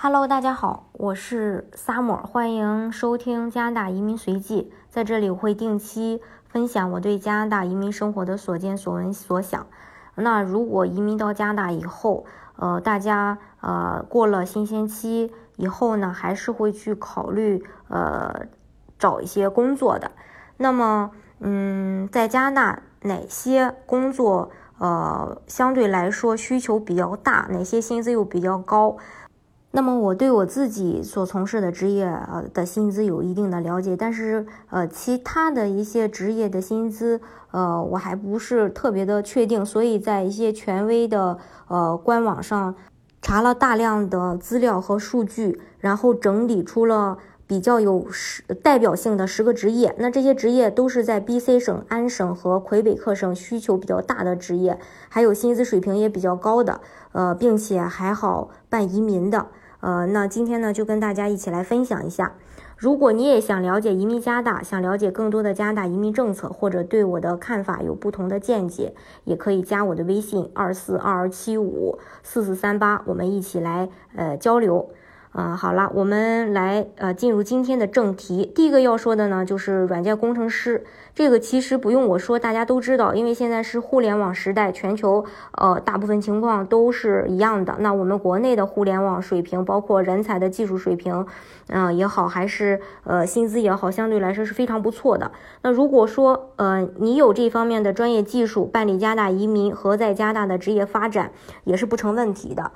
Hello，大家好，我是 Summer， 欢迎收听加拿大移民随记。在这里我会定期分享我对加拿大移民生活的所见所闻所想。那如果移民到加拿大以后，大家过了新鲜期以后呢，还是会去考虑找一些工作的。那么在加拿大哪些工作相对来说需求比较大，哪些薪资又比较高？那么我对我自己所从事的职业的薪资有一定的了解，但是其他的一些职业的薪资我还不是特别的确定，所以在一些权威的官网上查了大量的资料和数据，然后整理出了比较有代表性的10个职业。那这些职业都是在 BC 省、安省和魁北克省需求比较大的职业，还有薪资水平也比较高的，并且还好办移民的。那今天呢，就跟大家一起来分享一下。如果你也想了解移民加拿大，想了解更多的加拿大移民政策，或者对我的看法有不同的见解，也可以加我的微信2422754438，我们一起来交流。好了，我们来进入今天的正题。第一个要说的呢，就是软件工程师。这个其实不用我说，大家都知道，因为现在是互联网时代，全球大部分情况都是一样的。那我们国内的互联网水平，包括人才的技术水平也好，还是薪资也好，相对来说是非常不错的。那如果说你有这方面的专业技术，办理加拿大移民和在加拿大的职业发展也是不成问题的。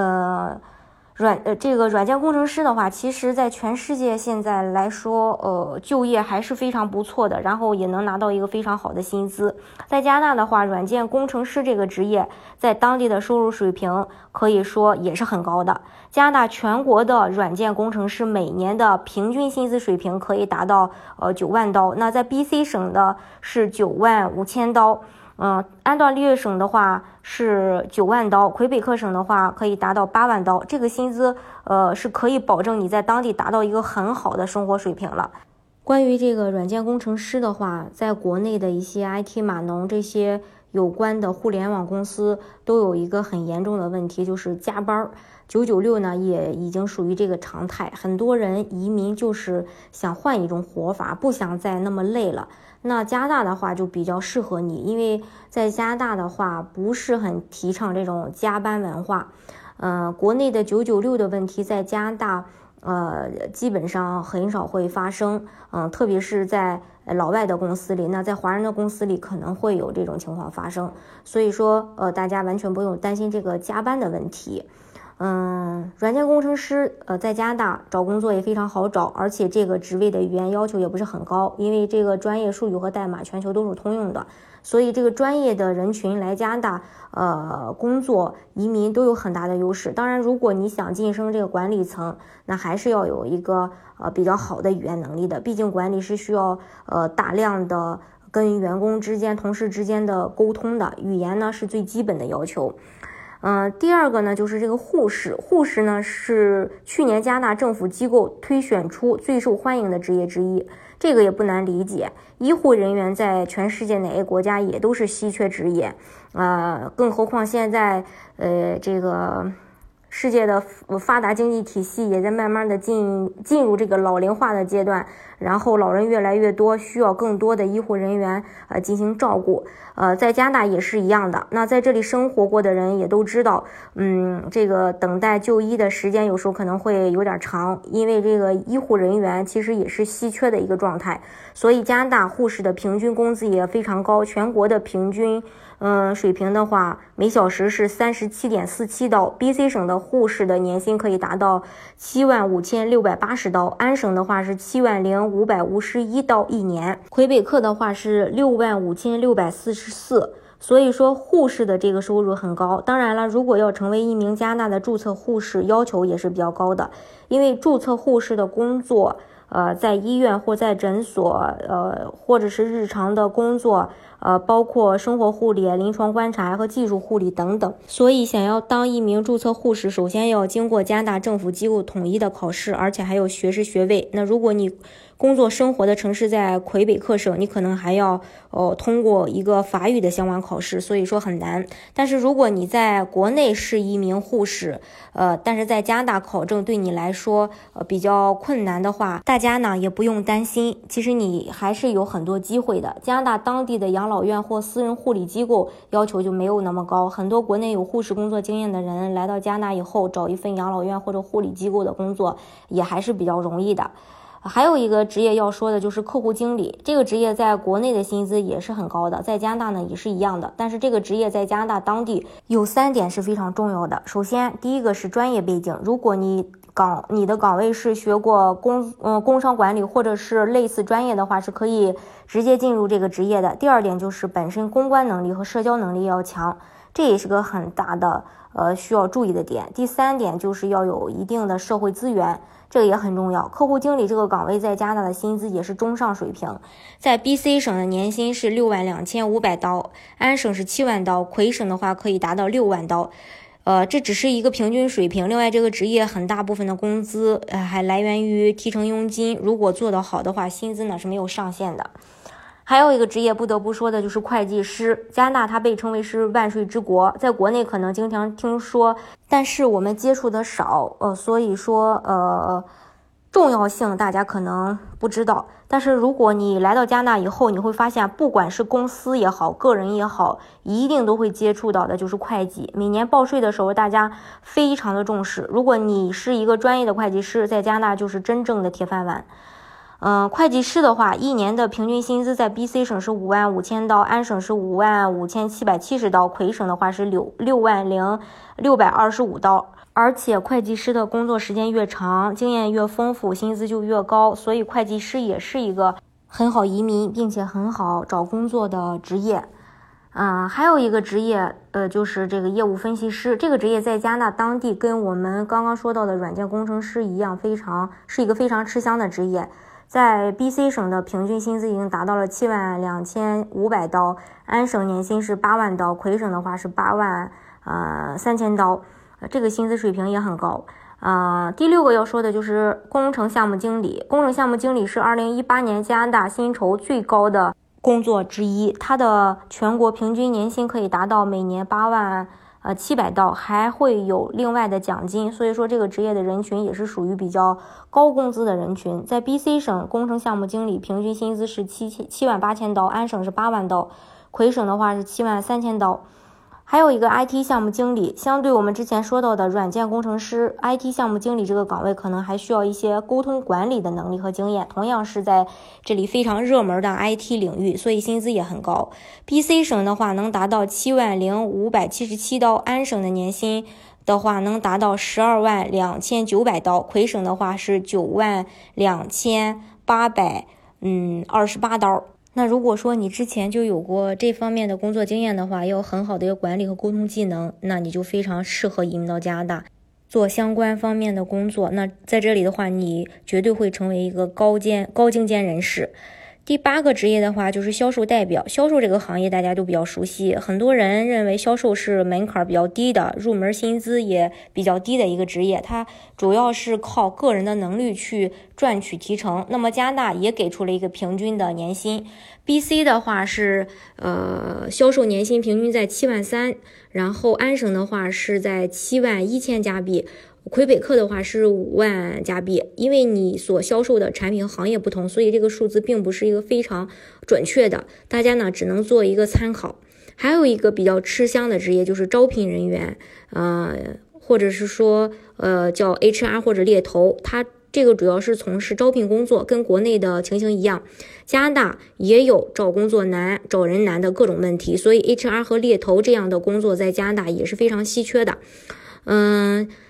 这个软件工程师的话，其实在全世界现在来说，就业还是非常不错的，然后也能拿到一个非常好的薪资。在加拿大的话，软件工程师这个职业在当地的收入水平可以说也是很高的。加拿大全国的软件工程师每年的平均薪资水平可以达到9万刀，那在 BC 省的是9万5千刀。安大略省的话是9万刀，魁北克省的话可以达到8万刀。这个薪资是可以保证你在当地达到一个很好的生活水平了。关于这个软件工程师的话，在国内的一些 IT 码农这些有关的互联网公司都有一个很严重的问题，就是加班。996呢也已经属于这个常态，很多人移民就是想换一种活法，不想再那么累了。那加拿大的话就比较适合你，因为在加拿大的话不是很提倡这种加班文化。国内的996的问题在加拿大基本上很少会发生，特别是在老外的公司里，那在华人的公司里可能会有这种情况发生，所以说大家完全不用担心这个加班的问题。软件工程师在加拿大找工作也非常好找，而且这个职位的语言要求也不是很高，因为这个专业术语和代码全球都是通用的，所以这个专业的人群来加拿大工作移民都有很大的优势。当然如果你想晋升这个管理层，那还是要有一个比较好的语言能力的，毕竟管理是需要大量的跟员工之间同事之间的沟通的，语言呢是最基本的要求。第二个呢就是这个护士。护士呢是去年加拿大政府机构推选出最受欢迎的职业之一，这个也不难理解。医护人员在全世界哪个国家也都是稀缺职业，更何况现在这个世界的发达经济体系也在慢慢的进入这个老龄化的阶段，然后老人越来越多，需要更多的医护人员进行照顾。在加拿大也是一样的。那在这里生活过的人也都知道，这个等待就医的时间有时候可能会有点长，因为这个医护人员其实也是稀缺的一个状态，所以加拿大护士的平均工资也非常高，全国的平均水平的话，每小时是37.47刀。BC 省的护士的年薪可以达到75680刀，安省的话是70551刀一年，魁北克的话是65644。所以说护士的这个收入很高。当然了，如果要成为一名加拿大的注册护士，要求也是比较高的，因为注册护士的工作在医院或在诊所或者是日常的工作包括生活护理、临床观察和技术护理等等。所以想要当一名注册护士，首先要经过加拿大政府机构统一的考试，而且还有学士学位。那如果你工作生活的城市在魁北克省，你可能还要通过一个法语的相关考试，所以说很难。但是如果你在国内是一名护士，但是在加拿大考证对你来说比较困难的话，大家呢也不用担心，其实你还是有很多机会的。加拿大当地的养老院或私人护理机构要求就没有那么高，很多国内有护士工作经验的人来到加拿大以后，找一份养老院或者护理机构的工作也还是比较容易的。还有一个职业要说的就是客户经理，这个职业在国内的薪资也是很高的，在加拿大呢也是一样的，但是这个职业在加拿大当地有3点是非常重要的。首先，第一个是专业背景，如果你的岗位是学过工商管理或者是类似专业的话，是可以直接进入这个职业的。第二点就是本身公关能力和社交能力要强，这也是个很大的需要注意的点。第3点就是要有一定的社会资源，这个也很重要。客户经理这个岗位在加拿大的薪资也是中上水平，在 BC 省的年薪是62500刀，安省是7万刀，魁省的话可以达到6万刀。这只是一个平均水平。另外，这个职业很大部分的工资还来源于提成佣金，如果做得好的话，薪资呢是没有上限的。还有一个职业不得不说的就是会计师，加拿大它被称为是万税之国，在国内可能经常听说，但是我们接触的少，所以说重要性大家可能不知道。但是如果你来到加拿大以后，你会发现不管是公司也好，个人也好，一定都会接触到的就是会计。每年报税的时候大家非常的重视，如果你是一个专业的会计师，在加拿大就是真正的铁饭碗。会计师的话，一年的平均薪资在 BC 省是55000刀，安省是55770刀，魁省的话是60625刀。而且会计师的工作时间越长，经验越丰富，薪资就越高，所以会计师也是一个很好移民并且很好找工作的职业。还有一个职业就是这个业务分析师，这个职业在加拿大当地跟我们刚刚说到的软件工程师一样，是一个非常吃香的职业。在 BC 省的平均薪资已经达到了72500刀，安省年薪是8万刀，魁省的话是83000刀，这个薪资水平也很高。第6个要说的就是工程项目经理。工程项目经理是2018年加拿大薪酬最高的工作之一，它的全国平均年薪可以达到每年8万700刀，还会有另外的奖金，所以说这个职业的人群也是属于比较高工资的人群。在 BC 省，工程项目经理平均薪资是78000刀，安省是8万刀，魁省的话是73000刀。还有一个 IT 项目经理，相对我们之前说到的软件工程师， IT 项目经理这个岗位可能还需要一些沟通管理的能力和经验，同样是在这里非常热门的 IT 领域，所以薪资也很高。 BC 省的话能达到70577刀，安省的年薪的话能达到122900刀，魁省的话是92828刀。那如果说你之前就有过这方面的工作经验的话，有很好的一个管理和沟通技能，那你就非常适合移民到加拿大做相关方面的工作。那在这里的话，你绝对会成为一个高精尖人士。第8个职业的话就是销售代表。销售这个行业大家都比较熟悉，很多人认为销售是门槛比较低的，入门薪资也比较低的一个职业，它主要是靠个人的能力去赚取提成。那么加拿大也给出了一个平均的年薪， BC 的话是销售年薪平均在73000，然后安省的话是在71000加币，魁北克的话是5万加币。因为你所销售的产品和行业不同，所以这个数字并不是一个非常准确的，大家呢只能做一个参考。还有一个比较吃香的职业就是招聘人员，或者是说叫 HR 或者猎头，它这个主要是从事招聘工作，跟国内的情形一样，加拿大也有找工作难、找人难的各种问题，所以 HR 和猎头这样的工作在加拿大也是非常稀缺的。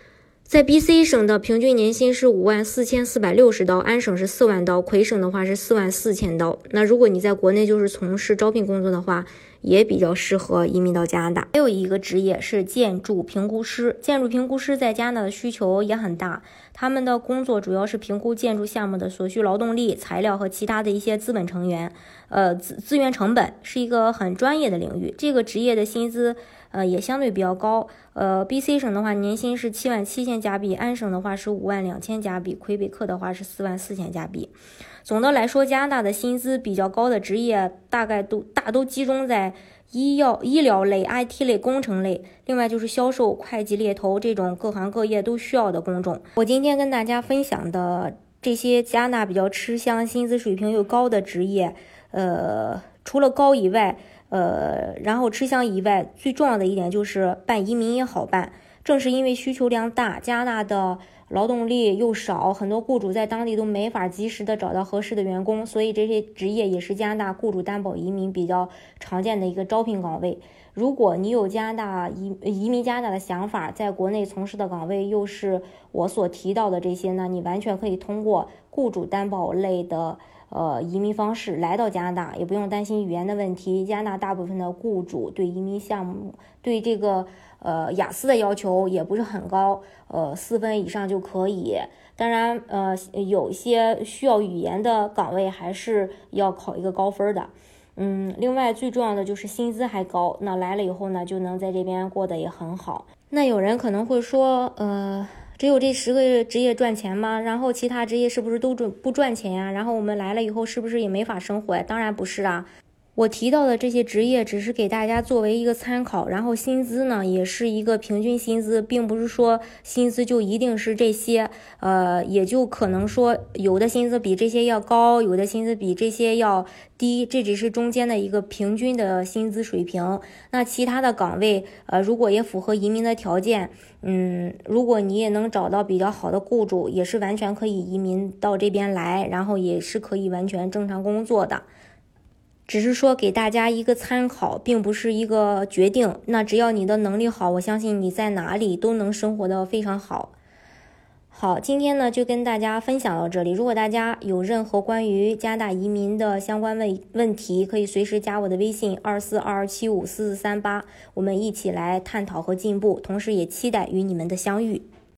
在 BC 省的平均年薪是54460刀，安省是4万刀，魁省的话是44000刀。那如果你在国内就是从事招聘工作的话，也比较适合移民到加拿大。还有一个职业是建筑评估师，建筑评估师在加拿大的需求也很大，他们的工作主要是评估建筑项目的所需劳动力、材料和其他的一些资本成员，资源成本，是一个很专业的领域。这个职业的薪资也相对比较高。BC 省的话年薪是77000加币，安省的话是52000加币，魁北克的话是44000加币。总的来说，加拿大的薪资比较高的职业大都集中在医疗类、IT 类、工程类，另外就是销售、会计、猎头这种各行各业都需要的工种。我今天跟大家分享的这些加拿大比较吃香、薪资水平又高的职业，除了高以外，然后吃香以外，最重要的一点就是办移民也好办。正是因为需求量大，加拿大的劳动力又少，很多雇主在当地都没法及时的找到合适的员工，所以这些职业也是加拿大雇主担保移民比较常见的一个招聘岗位。如果你有加拿大移民加拿大的想法，在国内从事的岗位又是我所提到的这些呢，你完全可以通过雇主担保类的移民方式来到加拿大，也不用担心语言的问题。加拿大大部分的雇主对移民项目对这个雅思的要求也不是很高，4分以上就可以。当然有一些需要语言的岗位还是要考一个高分的。另外最重要的就是薪资还高，那来了以后呢，就能在这边过得也很好。那有人可能会说只有这10个职业赚钱吗？然后其他职业是不是都不赚钱呀？然后我们来了以后是不是也没法生活呀？当然不是啊。我提到的这些职业只是给大家作为一个参考，然后薪资呢也是一个平均薪资，并不是说薪资就一定是这些，也就可能说有的薪资比这些要高，有的薪资比这些要低，这只是中间的一个平均的薪资水平。那其他的岗位如果也符合移民的条件，如果你也能找到比较好的雇主，也是完全可以移民到这边来，然后也是可以完全正常工作的。只是说给大家一个参考，并不是一个决定。那只要你的能力好，我相信你在哪里都能生活得非常好。好，今天呢就跟大家分享到这里。如果大家有任何关于加拿大移民的相关问题，可以随时加我的微信2422754438，我们一起来探讨和进步，同时也期待与你们的相遇。